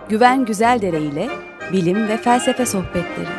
Güven Güzeldere ile bilim ve felsefe sohbetleri.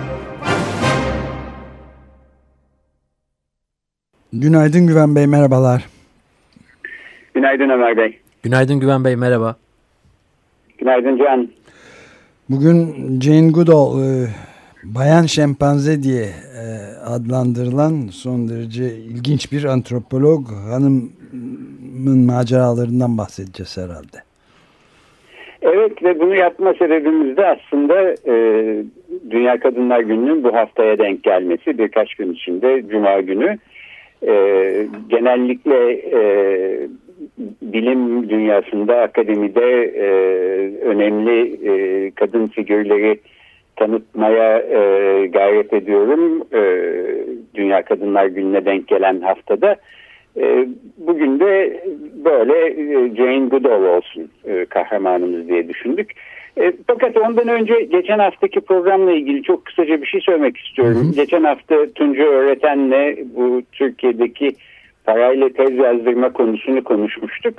Günaydın Güven Bey, merhabalar. Günaydın Ömer Bey. Günaydın Güven Bey, merhaba. Günaydın Can. Bugün Jane Goodall, Bayan Şempanze diye adlandırılan son derece ilginç bir antropolog hanımın maceralarından bahsedeceğiz herhalde. Evet ve bunu yapma sebebimiz de aslında Dünya Kadınlar Günü'nün bu haftaya denk gelmesi, birkaç gün içinde Cuma günü. Genellikle bilim dünyasında, akademide önemli kadın figürleri tanıtmaya gayret ediyorum. Dünya Kadınlar Günü'ne denk gelen haftada. Bugün de böyle Jane Goodall olsun kahramanımız diye düşündük. Fakat ondan önce geçen haftaki programla ilgili çok kısaca bir şey söylemek istiyorum. Geçen hafta Tunca Öğreten'le bu Türkiye'deki parayla tez yazdırma konusunu konuşmuştuk.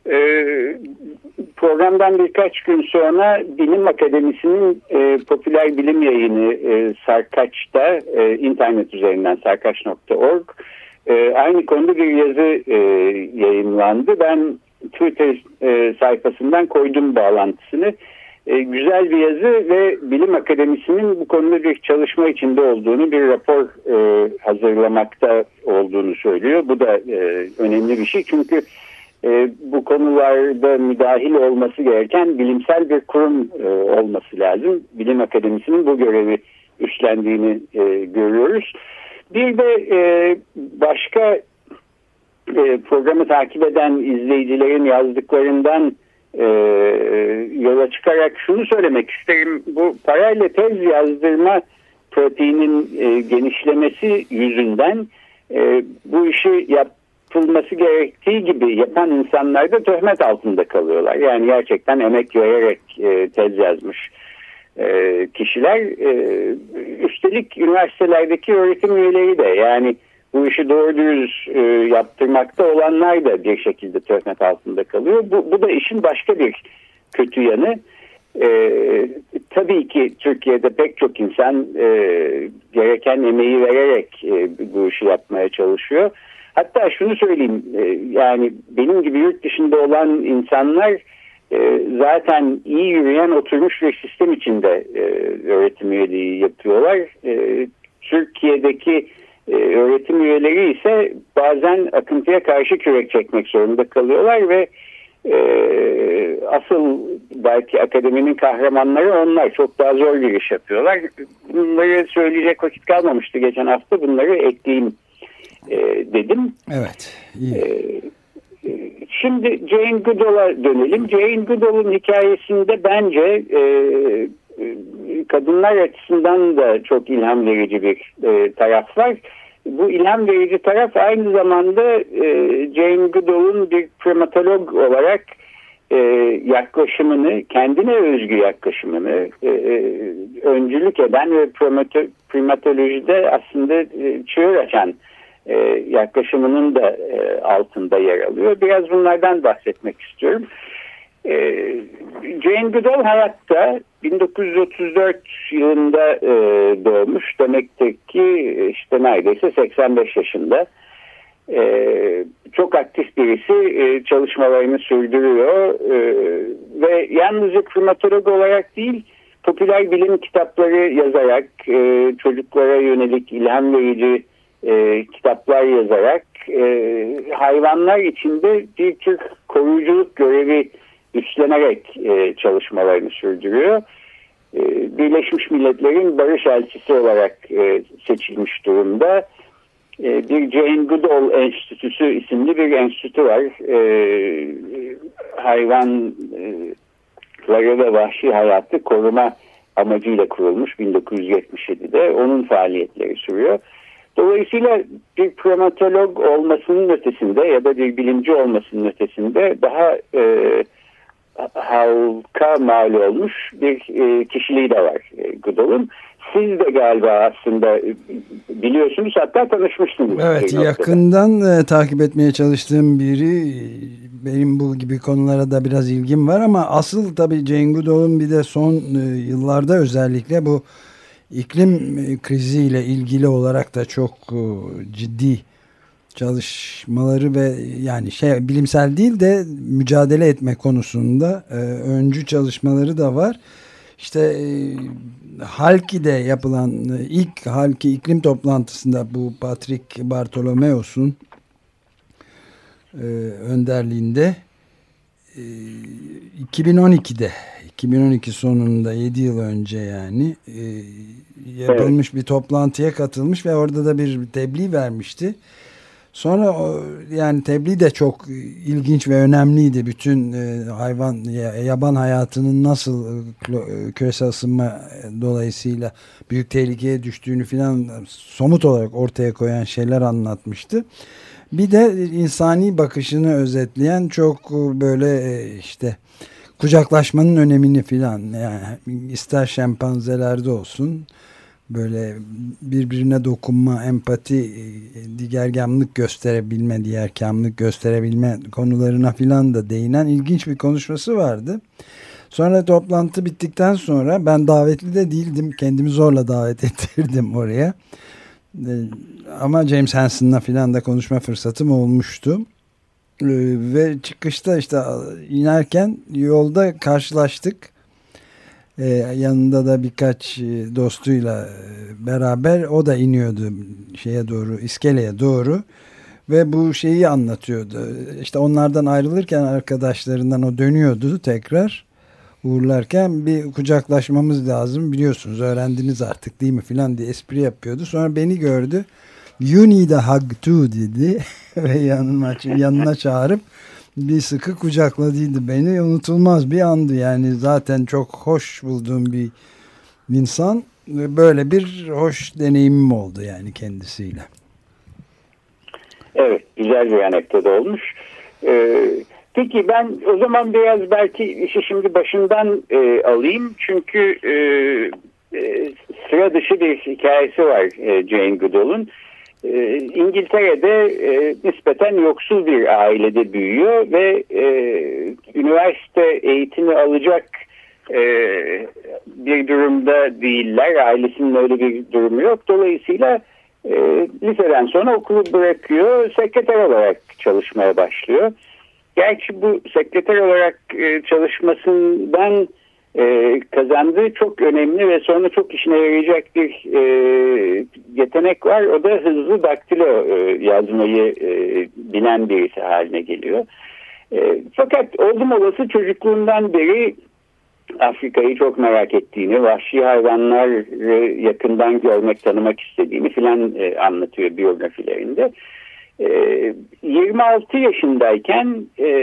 Programdan birkaç gün sonra Bilim Akademisi'nin popüler bilim yayını Sarkaç'ta, internet üzerinden sarkaç.org aynı konuda bir yazı yayınlandı. Ben Twitter sayfasından koydum bağlantısını. Güzel bir yazı ve Bilim Akademisi'nin bu konuda bir çalışma içinde olduğunu, bir rapor hazırlamakta olduğunu söylüyor. Bu da önemli bir şey çünkü bu konularda müdahil olması gereken bilimsel bir kurum olması lazım. Bilim Akademisi'nin bu görevi üstlendiğini görüyoruz. Bir de başka programı takip eden izleyicilerin yazdıklarından yola çıkarak şunu söylemek isterim. Bu parayla tez yazdırma pratiğinin genişlemesi yüzünden bu işi yapılması gerektiği gibi yapan insanlar da töhmet altında kalıyorlar. Yani gerçekten emek vererek tez yazmış kişiler. Üstelik üniversitelerdeki öğretim üyeleri de, yani bu işi doğru dürüst yaptırmakta olanlar da bir şekilde töhmet altında kalıyor. Bu da işin başka bir kötü yanı. Tabii ki Türkiye'de pek çok insan gereken emeği vererek bu işi yapmaya çalışıyor. Hatta şunu söyleyeyim, yani benim gibi yurt dışında olan insanlar zaten iyi yürüyen oturmuş bir sistem içinde öğretim üyeliği yapıyorlar. Türkiye'deki öğretim üyeleri ise bazen akıntıya karşı kürek çekmek zorunda kalıyorlar ve asıl belki akademinin kahramanları onlar. Çok daha zor bir iş yapıyorlar. Bunları söyleyecek vakit kalmamıştı geçen hafta. Bunları ekleyeyim dedim. Evet. İyi. Şimdi Jane Goodall'a dönelim. Jane Goodall'un hikayesinde bence kadınlar açısından da çok ilham verici bir taraf var. Bu ilham verici taraf aynı zamanda Jane Goodall'un bir primatolog olarak yaklaşımını, kendine özgü yaklaşımını öncülük eden ve primatolojide aslında çığır açan yaklaşımının da altında yer alıyor. Biraz bunlardan bahsetmek istiyorum. Jane Goodall hayatta 1934 yılında doğmuş. Demektir ki işte neredeyse 85 yaşında. Çok aktif birisi, çalışmalarını sürdürüyor ve yalnızca primatolog olarak değil, popüler bilim kitapları yazarak, çocuklara yönelik ilham verici kitaplar yazarak hayvanlar içinde bir tür koruyuculuk görevi üstlenerek çalışmalarını sürdürüyor. Birleşmiş Milletler'in barış elçisi olarak seçilmiş durumda. Bir Jane Goodall Enstitüsü isimli bir enstitü var. Hayvanları ve vahşi hayatı koruma amacıyla kurulmuş 1977'de. Onun faaliyetleri sürüyor. Dolayısıyla bir primatolog olmasının ötesinde ya da bir bilimci olmasının ötesinde daha halka mal olmuş bir kişiliği de var Goodall'un. Siz de galiba aslında biliyorsunuz, hatta tanışmışsınız. Evet, yakından takip etmeye çalıştığım biri, benim bu gibi konulara da biraz ilgim var ama asıl tabii Jane Goodall'un bir de son yıllarda özellikle bu iklim kriziyle ilgili olarak da çok ciddi çalışmaları ve yani bilimsel değil de mücadele etme konusunda öncü çalışmaları da var. İşte Halki'de yapılan ilk Halki iklim toplantısında bu Patrick Bartolomeos'un önderliğinde 2012 sonunda 7 yıl önce yani yapılmış bir toplantıya katılmış ve orada da bir tebliğ vermişti. Sonra yani tebliğ de çok ilginç ve önemliydi. Bütün yaban hayatının nasıl küresel ısınma dolayısıyla büyük tehlikeye düştüğünü filan somut olarak ortaya koyan şeyler anlatmıştı. Bir de insani bakışını özetleyen çok böyle işte kucaklaşmanın önemini filan, yani ister şempanzelerde olsun böyle birbirine dokunma, empati, diğerkamlık gösterebilme, diğerkamlık gösterebilme konularına filan da değinen ilginç bir konuşması vardı. Sonra toplantı bittikten sonra ben davetli de değildim. Kendimi zorla davet ettirdim oraya. Ama James Hansen'la filan da konuşma fırsatım olmuştu. Ve çıkışta işte inerken yolda karşılaştık. Yanında da birkaç dostuyla beraber o da iniyordu şeye doğru, iskeleye doğru ve bu şeyi anlatıyordu. İşte onlardan ayrılırken arkadaşlarından o dönüyordu tekrar uğurlarken, bir kucaklaşmamız lazım biliyorsunuz, öğrendiniz artık değil mi filan diye espri yapıyordu. Sonra beni gördü, "You need a hug too" dedi ve yanına çağırıp bir sıkı kucakladıydı beni. Unutulmaz bir andı yani, zaten çok hoş bulduğum bir insan. Böyle bir hoş deneyimim oldu yani kendisiyle. Evet, güzel bir anekdot olmuş. Peki ben o zaman biraz belki işi şimdi başından alayım. Çünkü sıra dışı bir hikayesi var Jane Goodall'un. İngiltere'de nispeten yoksul bir ailede büyüyor ve üniversite eğitimi alacak bir durumda değiller. Ailesinin öyle bir durumu yok. Dolayısıyla liseden sonra okulu bırakıyor. Sekreter olarak çalışmaya başlıyor. Gerçi bu sekreter olarak çalışmasından kazandığı çok önemli ve sonra çok işine yarayacak bir yetenek var. O da hızlı daktilo yazmayı bilen birisi haline geliyor. Fakat oldum olası çocukluğundan beri Afrika'yı çok merak ettiğini, vahşi hayvanları yakından görmek, tanımak istediğini filan anlatıyor biyografilerinde. 26 yaşındayken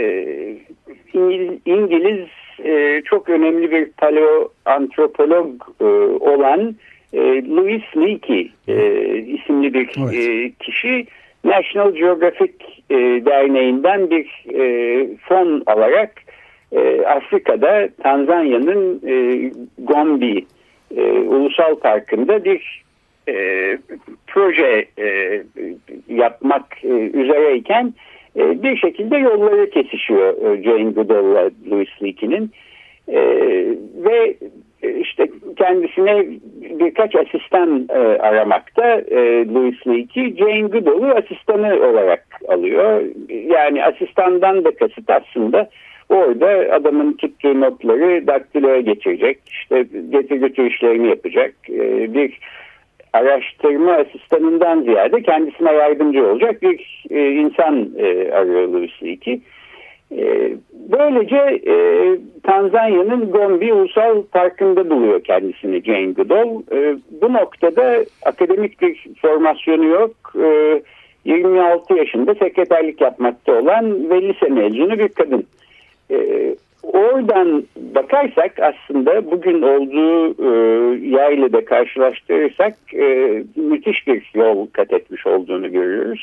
İngiliz çok önemli bir paleoantropolog olan Louis Leakey isimli bir kişi National Geographic Derneği'nden bir fon alarak Afrika'da Tanzanya'nın Gombe Ulusal Parkı'nda bir proje yapmak üzereyken bir şekilde yolları kesişiyor Jane Goodall'la Louis Leakey'nin ve işte kendisine birkaç asistan aramakta Louis Leakey. Jane Goodall'u asistanı olarak alıyor. Yani asistandan da kasıt aslında orada adamın tuttuğu notları daktiloya geçirecek, işte getir götür işlerini yapacak bir araştırma asistanından ziyade kendisine yardımcı olacak bir insan arıyor Louis Leakey. Böylece Tanzanya'nın Gombe Ulusal Parkı'nda buluyor kendisini Jane Goodall. Bu noktada akademik bir formasyonu yok. 26 yaşında sekreterlik yapmakta olan ve lise mezunu bir kadın. Oradan bakarsak aslında bugün olduğu yerle de karşılaştırırsak müthiş bir yol kat etmiş olduğunu görüyoruz.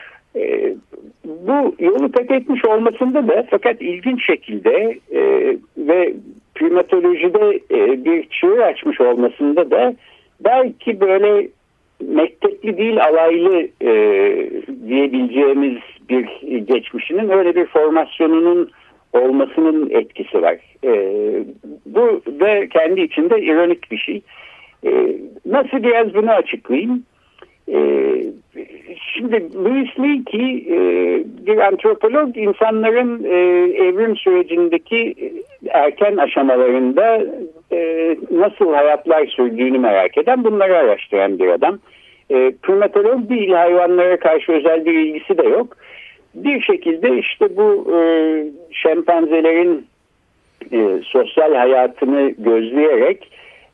Bu yolu kat etmiş olmasında da fakat ilginç şekilde ve primatolojide bir çığır açmış olmasında da belki böyle mektepli değil alaylı diyebileceğimiz bir geçmişinin, öyle bir formasyonunun olmasının etkisi var. Bu da kendi içinde ironik bir şey. Nasıl, biraz bunu açıklayayım. Şimdi Louis Leakey bir antropolog, insanların evrim sürecindeki erken aşamalarında nasıl hayatlar sürdüğünü merak eden, bunları araştıran bir adam. Primatolog değil, hayvanlara karşı özel bir ilgisi de yok. Bir şekilde işte bu şempanzelerin sosyal hayatını gözleyerek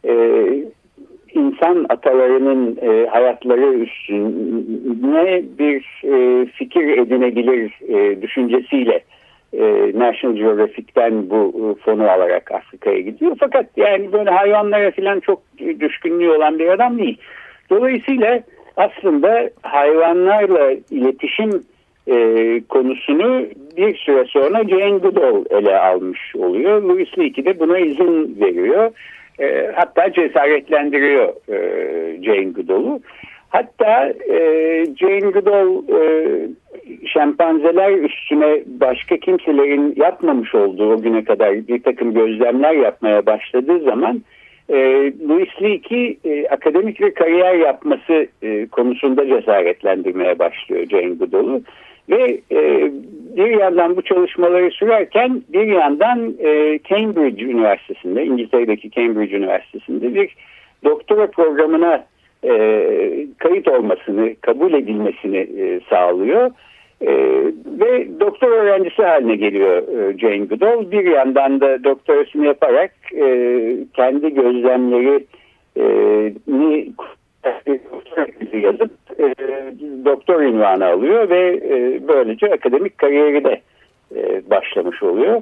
insan atalarının hayatları üstüne bir fikir edinebilir düşüncesiyle National Geographic'ten bu fonu alarak Afrika'ya gidiyor. Fakat yani böyle hayvanlara falan çok düşkünlüğü olan bir adam değil. Dolayısıyla aslında hayvanlarla iletişim konusunu bir süre sonra Jane Goodall ele almış oluyor. Louis Leakey de buna izin veriyor. Hatta cesaretlendiriyor Jane Goodall'u. Hatta Jane Goodall şempanzeler üstüne başka kimselerin yapmamış olduğu o güne kadar bir takım gözlemler yapmaya başladığı zaman Louis Leakey akademik bir kariyer yapması konusunda cesaretlendirmeye başlıyor Jane Goodall'u. Ve bir yandan bu çalışmaları sürerken bir yandan Cambridge Üniversitesi'nde, İngiltere'deki Cambridge Üniversitesi'nde bir doktora programına kayıt olmasını, kabul edilmesini sağlıyor. Ve doktor öğrencisi haline geliyor Jane Goodall. Bir yandan da doktorasını yaparak kendi gözlemlerini yazıp doktor unvanı alıyor ve böylece akademik kariyeri de başlamış oluyor.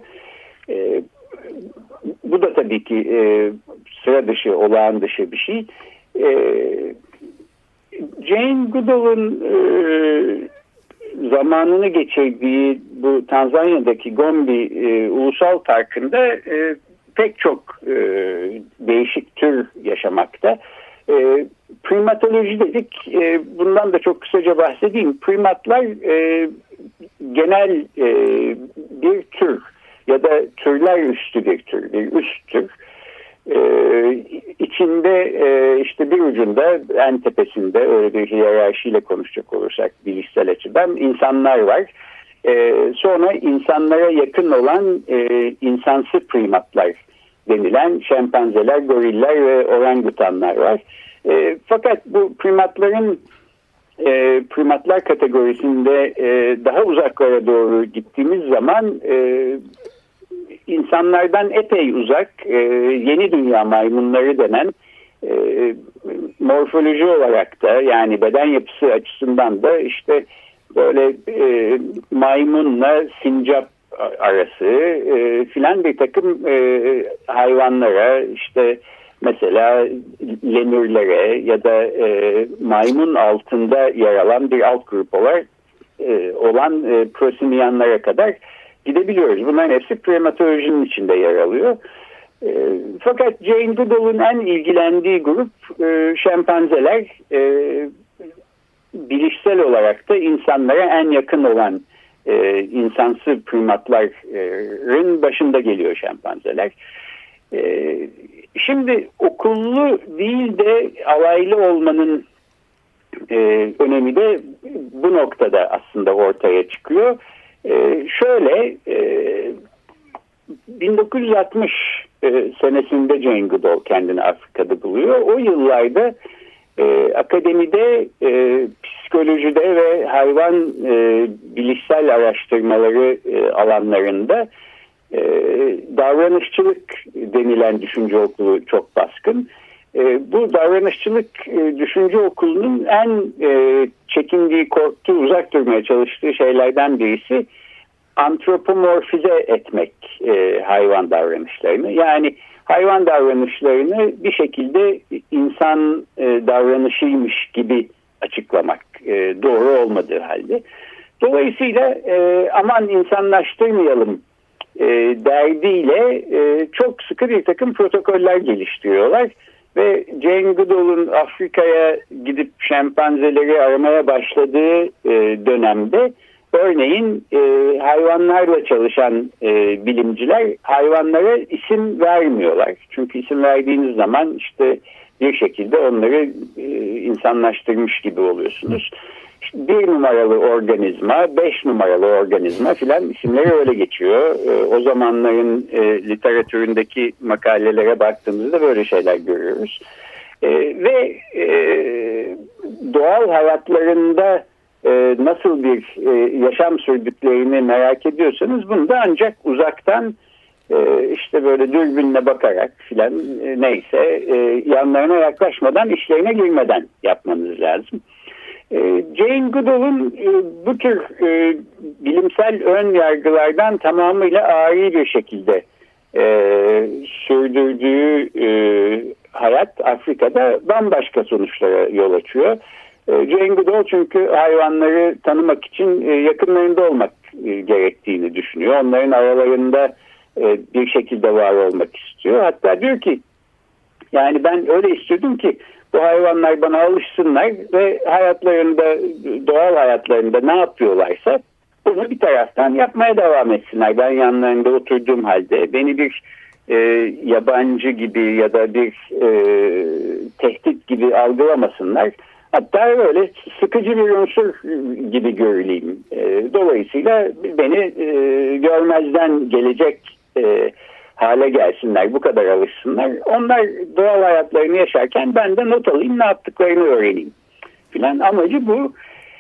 Bu da tabii ki sıra dışı, olağan dışı bir şey. Jane Goodall'ın zamanını geçirdiği bu Tanzanya'daki Gombe Ulusal Parkı'nda pek çok değişik tür yaşamakta. Primatoloji dedik, bundan da çok kısaca bahsedeyim. Primatlar genel bir tür ya da türler üstü bir tür, bir üst tür. İçinde işte bir ucunda, en tepesinde, öyle bir hiyerarşiyle konuşacak olursak bilişsel açıdan insanlar var. Sonra insanlara yakın olan insansı primatlar denilen şempanzeler, goriller ve orangutanlar var. Fakat bu primatlar kategorisinde daha uzaklara doğru gittiğimiz zaman insanlardan epey uzak yeni dünya maymunları denen morfoloji olarak da, yani beden yapısı açısından da işte böyle maymunla sincap arası filan bir takım hayvanlara, işte mesela lemürlere ya da maymun altında yer alan bir alt grup olan prosimiyanlara kadar gidebiliyoruz. Bunların hepsi primatolojinin içinde yer alıyor. Fakat Jane Goodall'ın en ilgilendiği grup şempanzeler, bilişsel olarak da insanlara en yakın olan insansı primatların başında geliyor şempanzeler. Şimdi okullu değil de alaylı olmanın önemi de bu noktada aslında ortaya çıkıyor. Şöyle 1960 senesinde Jane Goodall kendini Afrika'da buluyor. O yıllarda akademide, psikolojide ve hayvan bilişsel araştırmaları alanlarında davranışçılık denilen düşünce okulu çok baskın. Bu davranışçılık düşünce okulunun en çekindiği, korktuğu, uzak durmaya çalıştığı şeylerden birisi antropomorfize etmek hayvan davranışlarını. Yani hayvan davranışlarını bir şekilde insan davranışıymış gibi açıklamak doğru olmadığı halde. Dolayısıyla aman insanlaştırmayalım derdiyle çok sıkı bir takım protokoller geliştiriyorlar. Ve Jane Goodall'un Afrika'ya gidip şempanzeleri aramaya başladığı dönemde Örneğin hayvanlarla çalışan bilimciler hayvanlara isim vermiyorlar. Çünkü isim verdiğiniz zaman işte bir şekilde onları insanlaştırmış gibi oluyorsunuz. İşte 1 numaralı organizma, 5 numaralı organizma filan isimleri öyle geçiyor. O zamanların literatüründeki makalelere baktığımızda böyle şeyler görüyoruz. Ve doğal hayatlarında nasıl bir yaşam sürdüklerini merak ediyorsanız bunu da ancak uzaktan işte böyle dürbünle bakarak filan neyse yanlarına yaklaşmadan işlerine girmeden yapmanız lazım. Jane Goodall'un bu tür bilimsel ön yargılardan tamamıyla ari bir şekilde sürdürdüğü hayat Afrika'da bambaşka sonuçlara yol açıyor. Jane Goodall çünkü hayvanları tanımak için yakınlarında olmak gerektiğini düşünüyor. Onların aralarında bir şekilde var olmak istiyor. Hatta diyor ki yani ben öyle istiyordum ki bu hayvanlar bana alışsınlar ve hayatlarında, doğal hayatlarında ne yapıyorlarsa bunu bir taraftan yapmaya devam etsinler. Ben yanlarında oturduğum halde beni bir yabancı gibi ya da bir tehdit gibi algılamasınlar. Hatta öyle sıkıcı bir unsur gibi görüleyim. Dolayısıyla beni görmezden gelecek hale gelsinler, bu kadar alışsınlar. Onlar doğal hayatlarını yaşarken ben de not alayım, ne yaptıklarını öğreneyim filan. Amacı bu.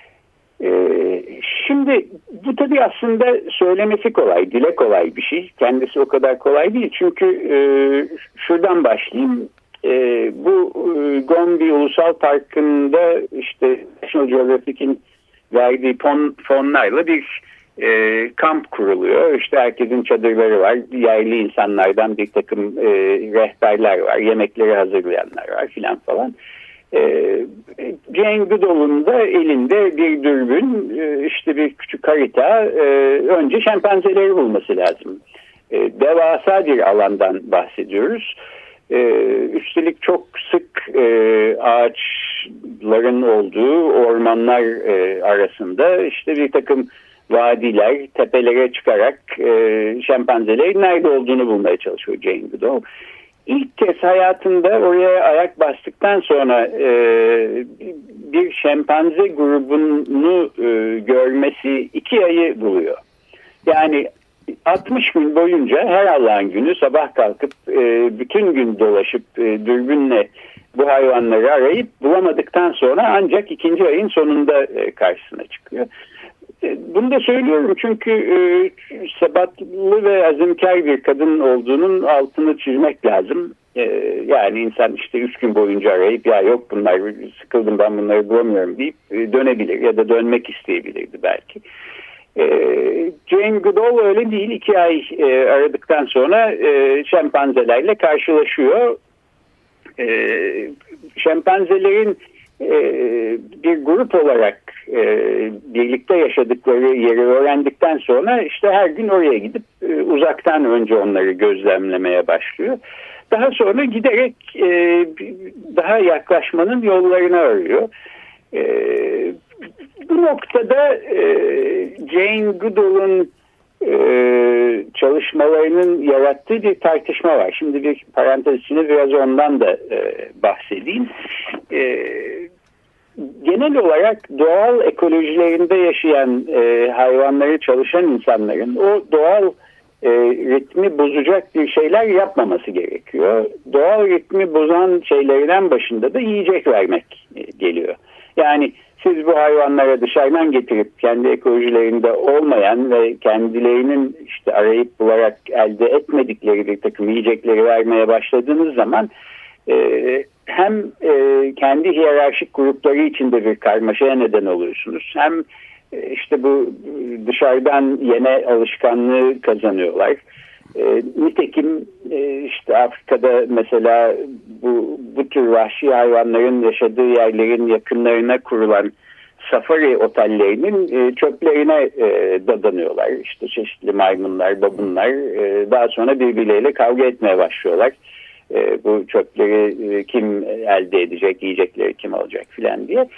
Şimdi bu tabii aslında söylemesi kolay, dile kolay bir şey. Kendisi o kadar kolay değil. Çünkü şuradan başlayayım. Bu Gombe Ulusal Parkı'nda işte National Geographic'in verdiği fonlarla bir kamp kuruluyor. İşte herkesin çadırları var. Yerli insanlardan bir takım rehberler var. Yemekleri hazırlayanlar var filan falan. Jane Goodall'un da elinde bir dürbün, işte bir küçük harita. Önce şempanzeleri bulması lazım. Devasa bir alandan bahsediyoruz. Üstelik çok sık ağaçların olduğu ormanlar arasında işte bir takım vadiler, tepelere çıkarak şempanzelerin nerede olduğunu bulmaya çalışıyor Jane Goodall. İlk kez hayatında oraya ayak bastıktan sonra bir şempanze grubunu görmesi 2 ayı buluyor. Yani 60 gün boyunca her Allah'ın günü sabah kalkıp bütün gün dolaşıp dürbünle bu hayvanları arayıp bulamadıktan sonra ancak 2. ayın sonunda karşısına çıkıyor. Bunu da söylüyorum çünkü sebatlı ve azimkar bir kadın olduğunun altını çizmek lazım. Yani insan işte 3 gün boyunca arayıp ya yok bunlar sıkıldım ben bunları bulamıyorum deyip dönebilir ya da dönmek isteyebilirdi belki. Jane Goodall öyle değil. 2 ay aradıktan sonra şempanzelerle karşılaşıyor. Şempanzelerin bir grup olarak birlikte yaşadıkları yeri öğrendikten sonra işte her gün oraya gidip uzaktan önce onları gözlemlemeye başlıyor. Daha sonra giderek daha yaklaşmanın yollarını arıyor. Bu noktada Jane Goodall'un çalışmalarının yarattığı bir tartışma var. Şimdi bir parantez içinde biraz ondan da bahsedeyim. Genel olarak doğal ekolojilerinde yaşayan hayvanları çalışan insanların o doğal ritmi bozacak bir şeyler yapmaması gerekiyor. Doğal ritmi bozan şeylerden başında da yiyecek vermek geliyor. Yani siz bu hayvanlara dışarıdan getirip kendi ekolojilerinde olmayan ve kendilerinin işte arayıp bularak elde etmedikleri bir takım yiyecekleri vermeye başladığınız zaman hem kendi hiyerarşik grupları içinde bir karmaşaya neden oluyorsunuz. Hem işte bu dışarıdan yeme alışkanlığı kazanıyorlar. Nitekim işte Afrika'da mesela bu tür vahşi hayvanların yaşadığı yerlerin yakınlarına kurulan safari otellerinin çöplerine dadanıyorlar. İşte çeşitli maymunlar, babunlar daha sonra birbirleriyle kavga etmeye başlıyorlar. Bu çöpleri kim elde edecek, yiyecekleri kim alacak filan diye.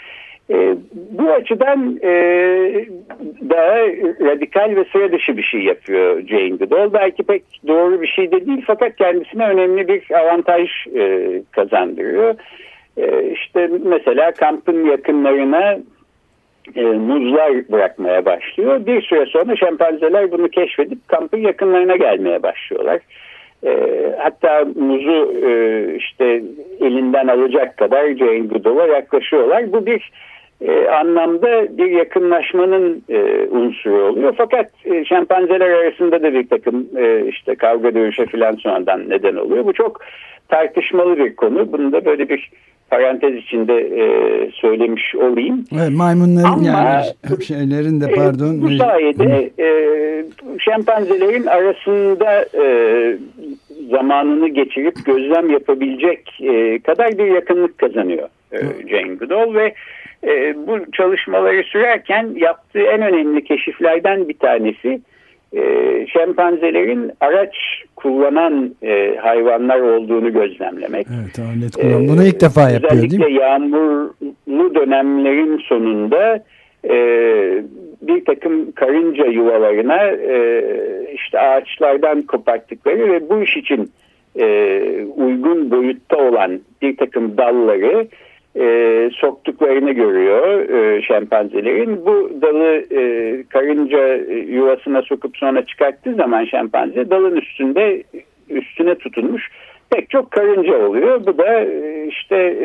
Bu açıdan daha radikal ve sıra dışı bir şey yapıyor Jane Goodall. Belki pek doğru bir şey de değil, fakat kendisine önemli bir avantaj kazandırıyor. İşte mesela kampın yakınlarına muzlar bırakmaya başlıyor. Bir süre sonra şempanzeler bunu keşfedip kampın yakınlarına gelmeye başlıyorlar. Hatta muzu işte elinden alacak kadar Jane Goodall'a yaklaşıyorlar. Bu bir anlamda bir yakınlaşmanın unsuru oluyor. Fakat şempanzeler arasında da bir takım işte kavga dövüşe filan sonradan neden oluyor. Bu çok tartışmalı bir konu. Bunu da böyle bir parantez içinde söylemiş olayım. Evet, maymunların ama, yani şeylerin de pardon. Bu sayede şempanzelerin arasında zamanını geçirip gözlem yapabilecek kadar bir yakınlık kazanıyor Jane Goodall ve bu çalışmaları sürerken yaptığı en önemli keşiflerden bir tanesi şempanzelerin araç kullanan hayvanlar olduğunu gözlemlemek. Evet, alet kullan. Bunu ilk defa yapıyor değil mi? Özellikle yağmurlu dönemlerin sonunda bir takım karınca yuvalarına işte ağaçlardan koparttıkları ve bu iş için uygun boyutta olan bir takım dalları soktuklarını görüyor şempanzelerin. Bu dalı karınca yuvasına sokup sonra çıkarttığı zaman şempanze dalın üstüne tutunmuş pek çok karınca oluyor. Bu da işte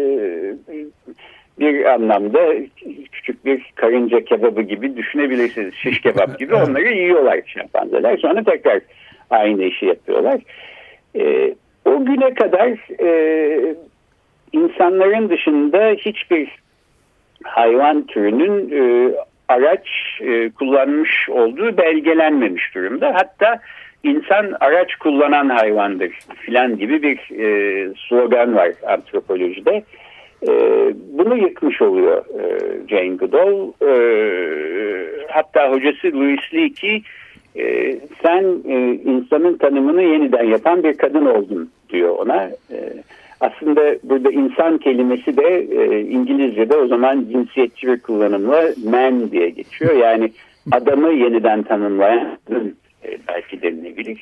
bir anlamda küçük bir karınca kebabı gibi düşünebilirsiniz. Şiş kebap gibi onları yiyorlar şempanzeler. Sonra tekrar aynı işi yapıyorlar. O güne kadar insanların dışında hiçbir hayvan türünün araç kullanmış olduğu belgelenmemiş durumda. Hatta insan araç kullanan hayvandır filan gibi bir slogan var antropolojide. Bunu yıkmış oluyor Jane Goodall. Hatta hocası Louis Leakey sen insanın tanımını yeniden yapan bir kadın oldun diyor ona. Aslında burada insan kelimesi de İngilizce'de o zaman cinsiyetçi bir kullanımla man diye geçiyor. Yani adamı yeniden tanımlayan belki denilebilir.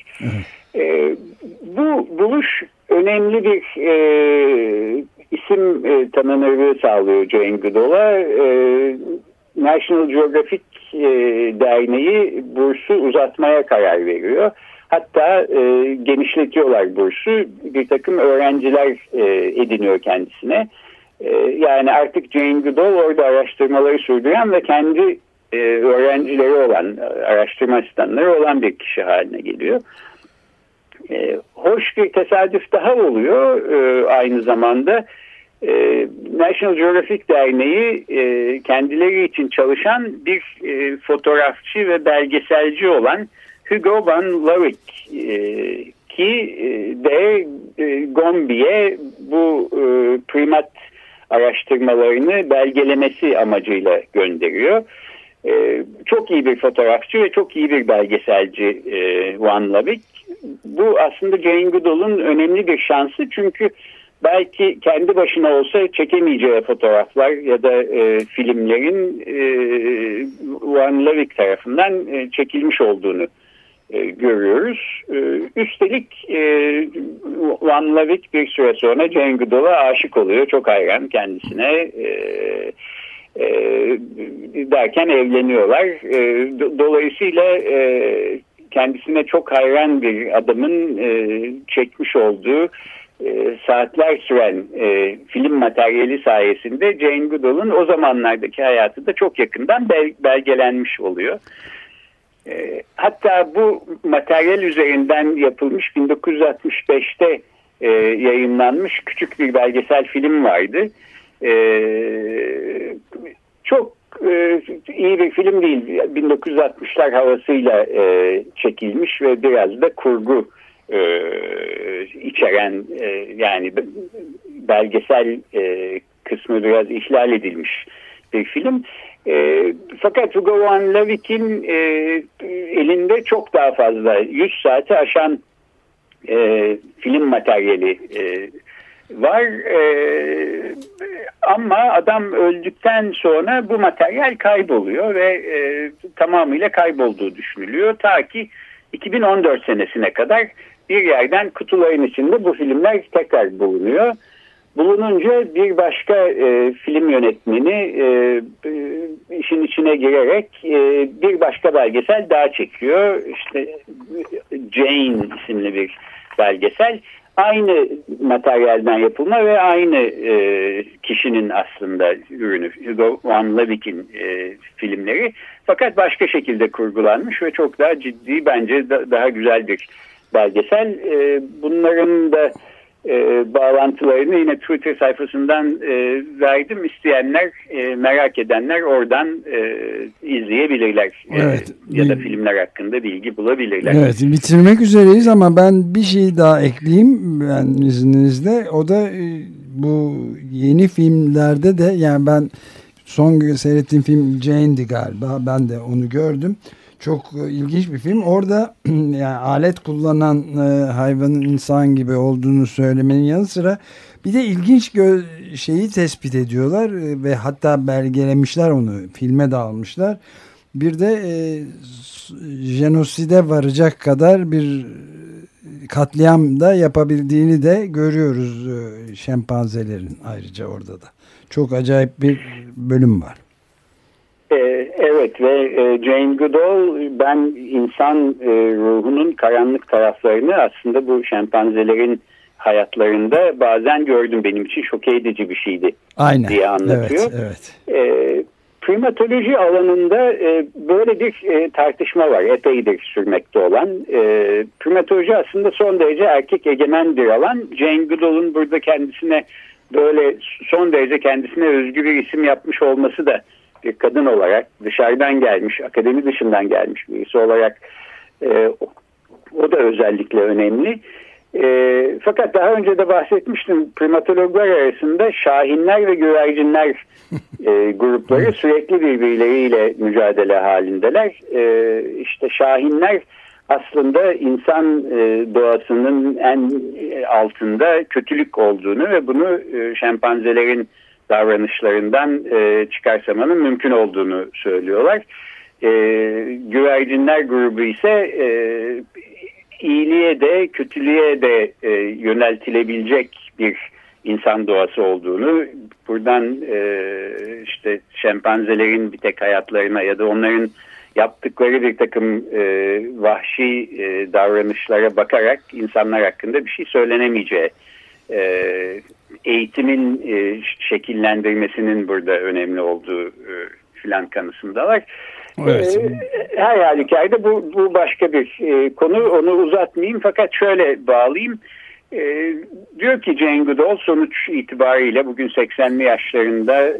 Bu buluş önemli bir isim tanınırlığı sağlıyor Jane Goodall'a. National Geographic Derneği bursu uzatmaya karar veriyor. Hatta genişletiyorlar bursu. Bir takım öğrenciler ediniyor kendisine. Yani artık Jane Goodall orada araştırmaları sürdüren ve kendi öğrencileri olan, araştırma asistanları olan bir kişi haline geliyor. Hoş bir tesadüf daha oluyor aynı zamanda. National Geographic Derneği kendileri için çalışan bir fotoğrafçı ve belgeselci olan Hugo van Lawick ki de Gombe'ye bu primat araştırmalarını belgelemesi amacıyla gönderiyor. Çok iyi bir fotoğrafçı ve çok iyi bir belgeselci Van Lawick. Bu aslında Jane Goodall'un önemli bir şansı, çünkü belki kendi başına olsa çekemeyeceği fotoğraflar ya da filmlerin Van Lawick tarafından çekilmiş olduğunu görüyoruz. Üstelik Van Lawick bir süre sonra Jane Goodall'a aşık oluyor. Çok hayran kendisine. Derken evleniyorlar. Dolayısıyla kendisine çok hayran bir adamın çekmiş olduğu saatler süren film materyali sayesinde Jane Goodall'ın o zamanlardaki hayatı da çok yakından belgelenmiş oluyor. Hatta bu materyal üzerinden yapılmış 1965'te yayınlanmış küçük bir belgesel film vardı. Çok iyi bir film değil. 1960'lar havasıyla çekilmiş ve biraz da kurgu içeren, yani belgesel kısmı biraz ihlal edilmiş bir film. Fakat Hugo van Lawick'in elinde çok daha fazla 100 saati aşan film materyali var. Ama adam öldükten sonra bu materyal kayboluyor ve tamamıyla kaybolduğu düşünülüyor. Ta ki 2014 senesine kadar bir yerden kutuların içinde bu filmler tekrar bulunuyor. Bulununca bir başka film yönetmeni işin içine girerek bir başka belgesel daha çekiyor. İşte Jane isimli bir belgesel. Aynı materyalden yapılma ve aynı kişinin aslında ürünü. Hugo Van Leeuwenhoek'in filmleri. Fakat başka şekilde kurgulanmış ve çok daha ciddi, bence daha güzel bir belgesel. Bunların da bağlantılarını yine Twitter sayfasından verdim. İsteyenler, merak edenler oradan izleyebilirler. Evet. Ya da filmler hakkında bilgi bulabilirler. Evet, bitirmek üzereyiz ama ben bir şey daha ekleyeyim ben izninizle. O da bu yeni filmlerde de, yani ben son seyrettiğim film Jane'di galiba. Ben de onu gördüm. Çok ilginç bir film. Orada yani alet kullanan hayvanın insan gibi olduğunu söylemenin yanı sıra bir de ilginç şeyi tespit ediyorlar ve hatta belgelemişler, onu filme de almışlar. Bir de jenoside varacak kadar bir katliam da yapabildiğini de görüyoruz şempanzelerin, ayrıca orada da. Çok acayip bir bölüm var. Evet ve Jane Goodall, ben insan ruhunun karanlık taraflarını aslında bu şempanzelerin hayatlarında bazen gördüm. Benim için şok edici bir şeydi. Aynen. Diye anlatıyor. Evet. Primatoloji alanında böyle bir tartışma var. Epeydir sürmekte olan. Primatoloji aslında son derece erkek egemen bir alan. Jane Goodall'un burada kendisine böyle son derece kendisine özgü bir isim yapmış olması da, bir kadın olarak dışarıdan gelmiş, akademi dışından gelmiş birisi olarak o da özellikle önemli. Fakat daha önce de bahsetmiştim, primatologlar arasında şahinler ve güvercinler grupları sürekli birbirleriyle mücadele halindeler. İşte şahinler aslında insan doğasının en altında kötülük olduğunu ve bunu şempanzelerin davranışlarından çıkarsamanın mümkün olduğunu söylüyorlar. Güvercinler grubu ise iyiliğe de kötülüğe de yöneltilebilecek bir insan doğası olduğunu, buradan işte şempanzelerin bir tek hayatlarına ya da onların yaptıkları bir takım vahşi davranışlara bakarak insanlar hakkında bir şey söylenemeyeceği, eğitimin şekillendirmesinin burada önemli olduğu filan kanısındalar. Evet. Her halükarda bu başka bir konu, onu uzatmayayım fakat şöyle bağlayayım. Diyor ki Jane Goodall, sonuç itibariyle bugün 80'li yaşlarında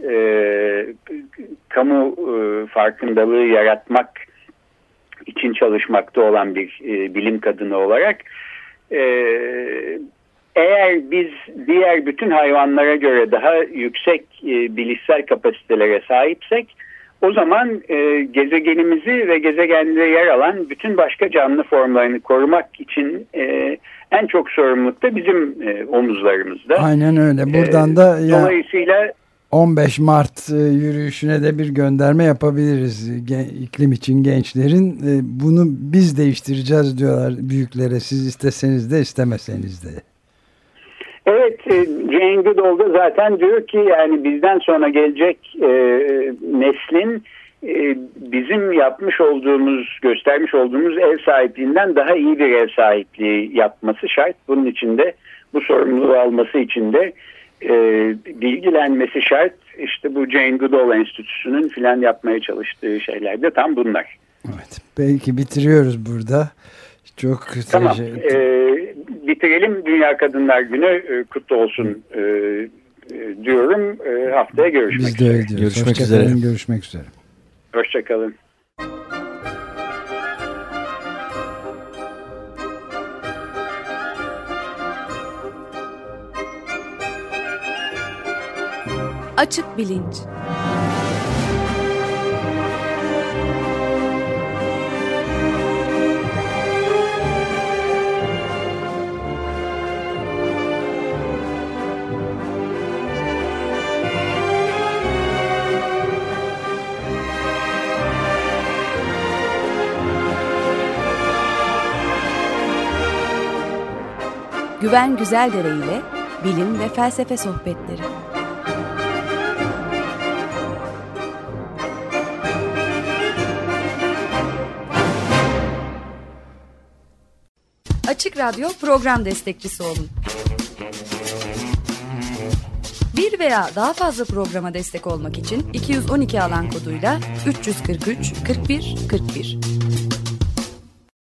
kamu farkındalığı yaratmak için çalışmakta olan bir bilim kadını olarak, eğer biz diğer bütün hayvanlara göre daha yüksek bilişsel kapasitelere sahipsek, o zaman gezegenimizi ve gezegende yer alan bütün başka canlı formlarını korumak için en çok sorumluluk da bizim omuzlarımızda. Aynen öyle. Buradan da dolayısıyla 15 Mart yürüyüşüne de bir gönderme yapabiliriz. İklim için gençlerin bunu biz değiştireceğiz diyorlar büyüklere. Siz isteseniz de istemeseniz de. Evet, Jane Goodall da zaten diyor ki yani bizden sonra gelecek neslin bizim yapmış olduğumuz, göstermiş olduğumuz ev sahipliğinden daha iyi bir ev sahipliği yapması şart. Bunun için de bu sorumluluğu alması için de bilgilenmesi şart. İşte bu Jane Goodall Enstitüsü'nün filan yapmaya çalıştığı şeyler de tam bunlar. Evet, belki bitiriyoruz burada. Çok tamam. Bitirelim. Dünya Kadınlar Günü kutlu olsun diyorum. Haftaya görüşmek üzere. Biz de görüşmek üzere. Görüşmek üzere. Hoşçakalın. Açık Bilinç. Güven Güzeldere ile bilim ve felsefe sohbetleri. Açık Radyo program destekçisi olun. Bir veya daha fazla programa destek olmak için 212 alan koduyla 343 41 41.